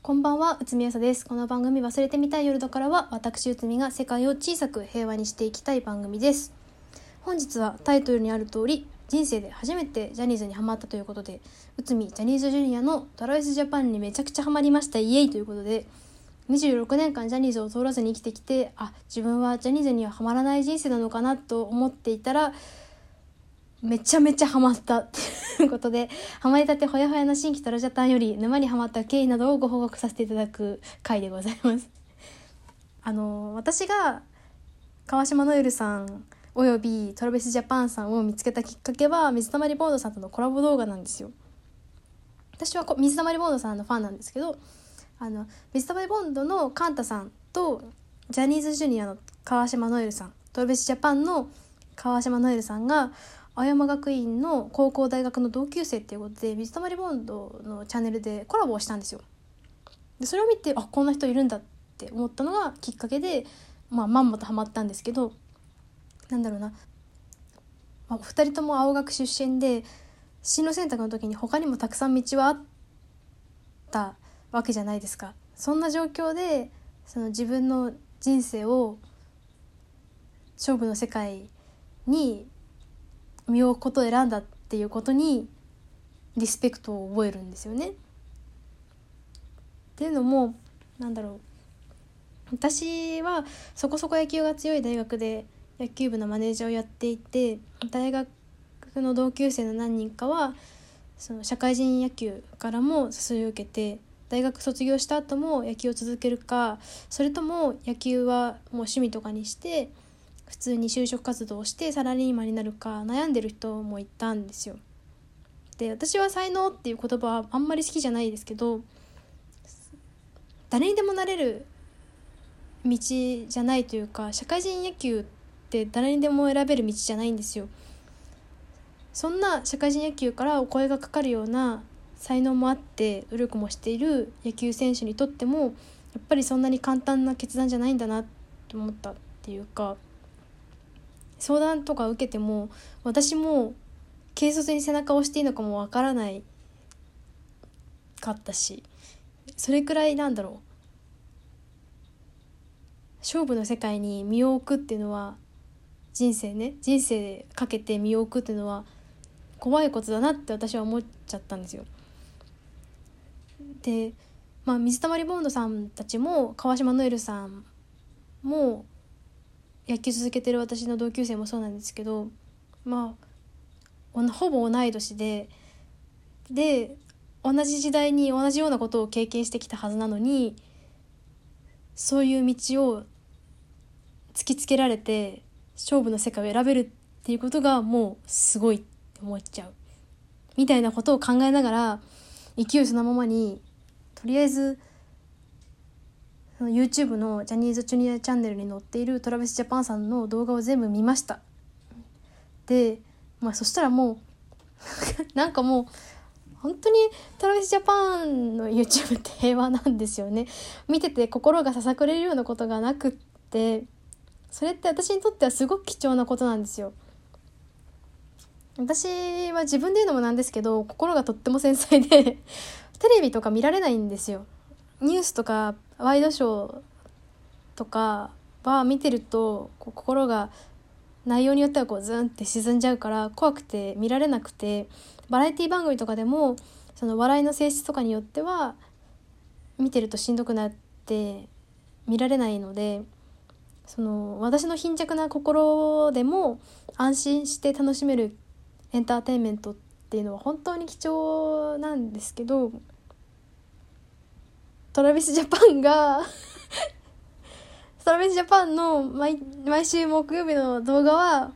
こんばんは、内海あさです。この番組忘れてみたい夜だからは、私内海が世界を小さく平和にしていきたい番組です。本日はタイトルにある通り、人生で初めてジャニーズにハマったということで、内海ジャニーズジュニアのトラビスジャパンにめちゃくちゃハマりました、イエイということで、26年間ジャニーズを通らずに生きてきて、自分はジャニーズにはハマらない人生なのかなと思っていたら、めちゃめちゃハマったっていうことで、ハマりたてほやほやの新規トラジャタンより沼にハマった経緯などをご報告させていただく回でございます。私が川島如恵留さんおよびトラビスジャパンさんを見つけたきっかけは水溜りボンドさんとのコラボ動画なんですよ。私は水溜りボンドさんのファンなんですけど、水溜りボンドのカンタさんとジャニーズジュニアの川島如恵留さん、トラビスジャパンの川島如恵留さんが青山学院の高校大学の同級生っていうことで水溜りボンドのチャンネルでコラボをしたんですよ。でそれを見てこんな人いるんだって思ったのがきっかけで、まんまとハマったんですけど、お二人とも青学出身で進路選択の時に他にもたくさん道はあったわけじゃないですか。そんな状況でその自分の人生を勝負の世界に身を置くことを選んだっていうことにリスペクトを覚えるんですよね。っていうのも私はそこそこ野球が強い大学で野球部のマネージャーをやっていて、大学の同級生の何人かはその社会人野球からも誘いを受けて、大学卒業した後も野球を続けるか、それとも野球はもう趣味とかにして普通に就職活動をしてサラリーマンになるか悩んでる人もいたんですよ。で、私は才能っていう言葉はあんまり好きじゃないですけど、誰にでもなれる道じゃないというか、社会人野球って誰にでも選べる道じゃないんですよ。そんな社会人野球からお声がかかるような才能もあって努力もしている野球選手にとってもやっぱりそんなに簡単な決断じゃないんだなと思ったっていうか、相談とか受けても私も軽率に背中を押していいのかもわからないかったし、それくらい勝負の世界に身を置くっていうのは人生かけて身を置くっていうのは怖いことだなって私は思っちゃったんですよ。で、水溜りボンドさんたちも川島如恵留さんも野球続けてる私の同級生もそうなんですけど、ほぼ同い年で同じ時代に同じようなことを経験してきたはずなのに、そういう道を突きつけられて勝負の世界を選べるっていうことがもうすごいって思っちゃうみたいなことを考えながら、勢いそのままにとりあえずその YouTube のジャニーズジュニアチャンネルに載っているトラビスジャパンさんの動画を全部見ました。で、そしたらもうもう本当にトラビスジャパンの YouTube って平和なんですよね。見てて心がささくれるようなことがなくって、それって私にとってはすごく貴重なことなんですよ。私は自分で言うのもなんですけど、心がとっても繊細でテレビとか見られないんですよ。ニュースとかワイドショーとかは見てると心が内容によってはズンって沈んじゃうから怖くて見られなくて、バラエティ番組とかでもその笑いの性質とかによっては見てるとしんどくなって見られないので、その私の貧弱な心でも安心して楽しめるエンターテインメントっていうのは本当に貴重なんですけど、トラビスジャパンがトラビスジャパンの毎週木曜日の動画は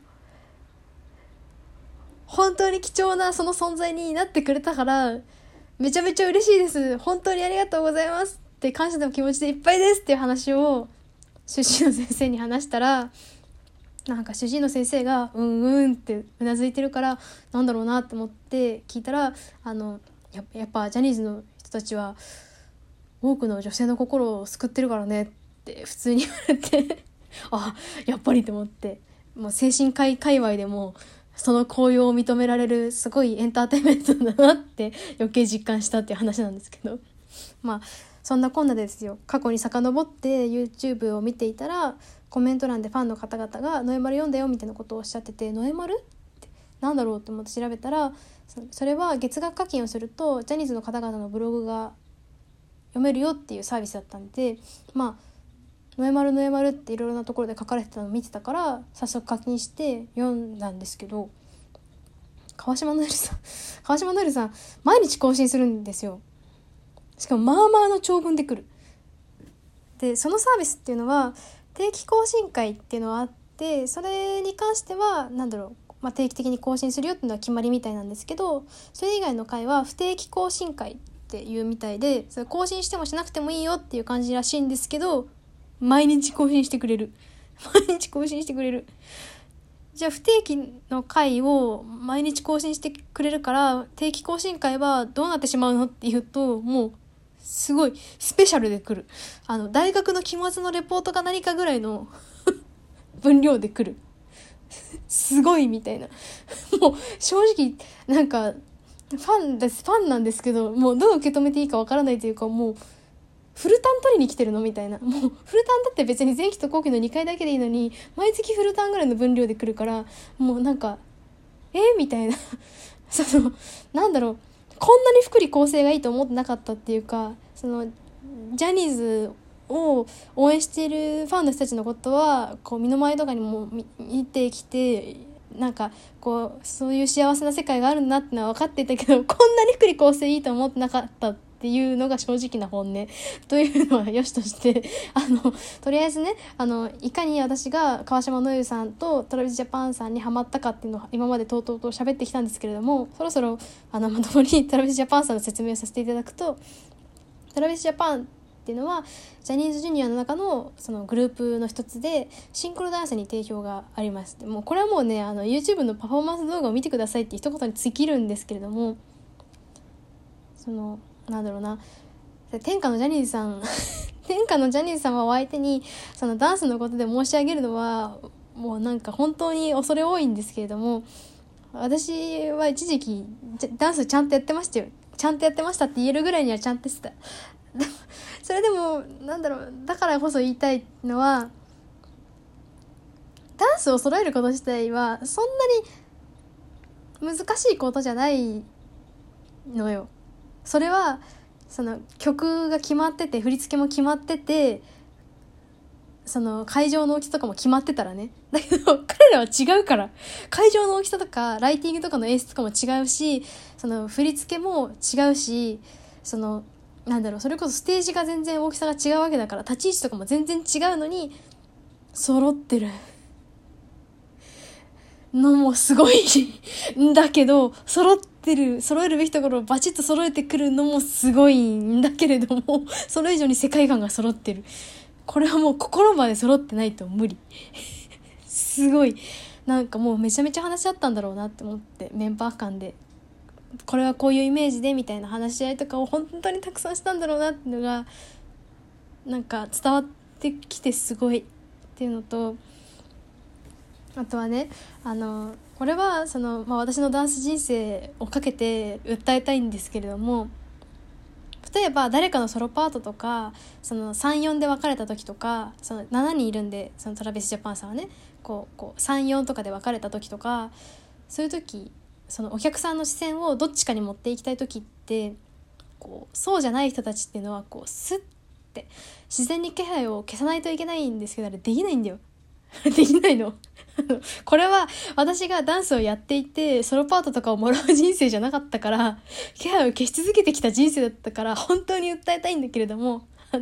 本当に貴重なその存在になってくれたからめちゃめちゃ嬉しいです。本当にありがとうございますって感謝の気持ちでいっぱいですっていう話を主治医の先生に話したら、主治医の先生がうんってうなずいてるからなんだろうなって思って聞いたら、やっぱジャニーズの人たちは多くの女性の心を救ってるからねって普通に言われてやっぱりと思って、もう精神科医界隈でもその効用を認められるすごいエンターテインメントだなって余計実感したっていう話なんですけど、 そんなこんなですよ、過去に遡って YouTube を見ていたらコメント欄でファンの方々がノエマル読んだよみたいなことをおっしゃってて、ノエマルってなんだろうと思って調べたら、それは月額課金をするとジャニーズの方々のブログが読めるよっていうサービスだったんで、まあノエマルノエマルっていろいろなところで書かれてたのを見てたから早速課金して読んだんですけど、川島如恵留さん毎日更新するんですよ。しかもまあまあの長文で来る。でそのサービスっていうのは定期更新会っていうのはあって、それに関しては定期的に更新するよっていうのは決まりみたいなんですけど、それ以外の会は不定期更新会っていうみたいで、それ更新してもしなくてもいいよっていう感じらしいんですけど、毎日更新してくれるじゃあ不定期の回を毎日更新してくれるから定期更新会はどうなってしまうのっていうと、もうすごいスペシャルで来る。大学の期末のレポートか何かぐらいの分量で来る。すごいみたいな。もう正直なんかファンなんですけど、もうどう受け止めていいかわからないというか、もうフルタン取りに来てるのみたいな。もうフルタンだって別に前期と後期の2回だけでいいのに毎月フルタンぐらいの分量で来るから、もうなんかみたいななんだろう、こんなに福利厚生がいいと思ってなかったっていうか、ジャニーズを応援しているファンの人たちのことはこう身の回りとかにも見てきて、なんかこうそういう幸せな世界があるんだってのは分かっていたけど、こんなに福利厚生いいと思ってなかったっていうのが正直な本音というのはよしとしてとりあえずね、いかに私が川島如恵留さんとトラビスジャパンさんにハマったかっていうのを今までとうとうと喋ってきたんですけれども、そろそろまともにトラビスジャパンさんの説明をさせていただくと、トラビスジャパンっていうのはジャニーズジュニアの中のそのグループの一つで、シンクロダンスに定評があります。でもこれはもうねYouTube のパフォーマンス動画を見てくださいって一言に尽きるんですけれども、なんだろうな、天下のジャニーズさん様を相手にそのダンスのことで申し上げるのはもうなんか本当に恐れ多いんですけれども、私は一時期ダンスちゃんとやってましたよ。ちゃんとやってましたって言えるぐらいにはちゃんとしてた。それでもだからこそ言いたいのは、ダンスを揃えること自体はそんなに難しいことじゃないのよ。それはその曲が決まってて、振り付けも決まってて、その会場の大きさとかも決まってたらね。だけど彼らは違うから、会場の大きさとかライティングとかの演出とかも違うし、その振り付けも違うし、それこそステージが全然大きさが違うわけだから、立ち位置とかも全然違うのに揃ってるのもすごいんだけど、揃えるべきところをバチッと揃えてくるのもすごいんだけれども、それ以上に世界観が揃ってる。これはもう心まで揃ってないと無理すごいなんかもうめちゃめちゃ話し合ったんだろうなって思って、メンバー間でこれはこういうイメージでみたいな話し合いとかを本当にたくさんしたんだろうなっていうのがなんか伝わってきてすごいっていうのと、あとはねこれは私のダンス人生をかけて訴えたいんですけれども、例えば誰かのソロパートとか3,4で分かれた時とか、7人いるんでトラビスジャパンさんはねこう3,4とかで分かれた時とか、そういう時お客さんの視線をどっちかに持っていきたい時って、そうじゃない人たちっていうのはスッて自然に気配を消さないといけないんですけど、あれできないんだよできないのこれは私がダンスをやっていてソロパートとかをもらう人生じゃなかったから、気配を消し続けてきた人生だったから本当に訴えたいんだけれども、気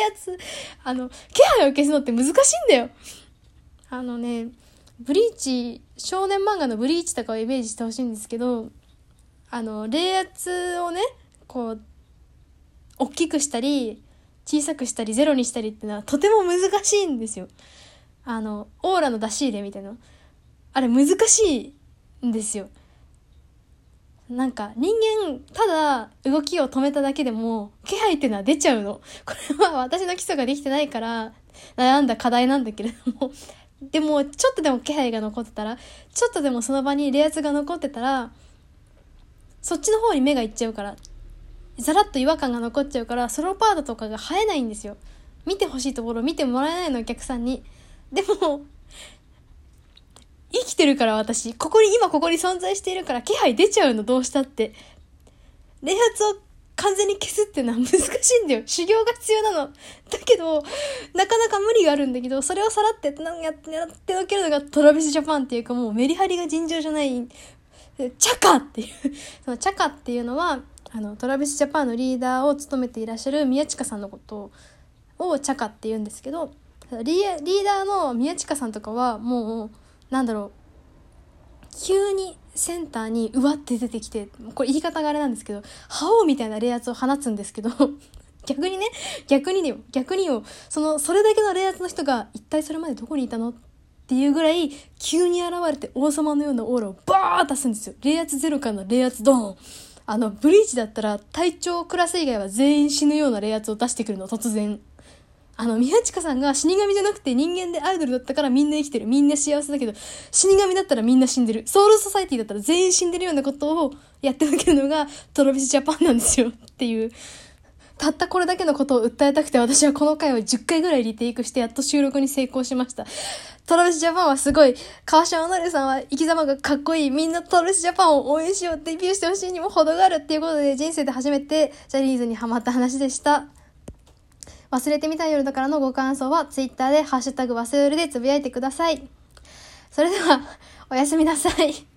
配を消すのって難しいんだよ。ブリーチ、少年漫画のブリーチとかをイメージしてほしいんですけど、冷圧をね大きくしたり小さくしたりゼロにしたりっていうのはとても難しいんですよ。オーラの出し入れみたいな、あれ難しいんですよ。なんか人間ただ動きを止めただけでも気配っていうのは出ちゃうの。これは私の基礎ができてないから悩んだ課題なんだけれども、でもちょっとでも気配が残ってたら、ちょっとでもその場に冷圧が残ってたら、そっちの方に目がいっちゃうから、 ザラッと違和感が残っちゃうからソロパートとかが映えないんですよ。見てほしいところを見てもらえないの、お客さんに。でも生きてるから私、今ここに存在しているから気配出ちゃうの、どうしたって。冷圧を完全に消すっていうのは難しいんだよ。修行が必要なの。だけど、なかなか無理があるんだけど、それをさらってやってのけるのがトラビスジャパンっていうか、もうメリハリが尋常じゃない、チャカっていう。そのチャカっていうのは、トラビスジャパンのリーダーを務めていらっしゃる宮近さんのことをチャカって言うんですけど、リーダーの宮近さんとかはもう、急にセンターにうわって出てきて、これ言い方があれなんですけど、覇王みたいな冷圧を放つんですけど、逆によ、それだけの冷圧の人が一体それまでどこにいたのっていうぐらい急に現れて王様のようなオーラをバーッ出すんですよ。冷圧ゼロからの冷圧ドーン。ブリーチだったら隊長クラス以外は全員死ぬような冷圧を出してくるの、突然。宮近さんが死神じゃなくて人間でアイドルだったからみんな生きてる。みんな幸せだけど、死神だったらみんな死んでる。ソウルソサイティだったら全員死んでるようなことをやってのけるのがトラビスジャパンなんですよっていう。たったこれだけのことを訴えたくて私はこの回を10回ぐらいリテイクしてやっと収録に成功しました。トラビスジャパンはすごい。川島のりさんは生き様がかっこいい。みんなトラビスジャパンを応援しよう。デビューしてほしいにも程があるっていうことで人生で初めてジャニーズにハマった話でした。忘れてみたい夜だからのご感想はツイッターでハッシュタグ忘れるでつぶやいてください。それではおやすみなさい。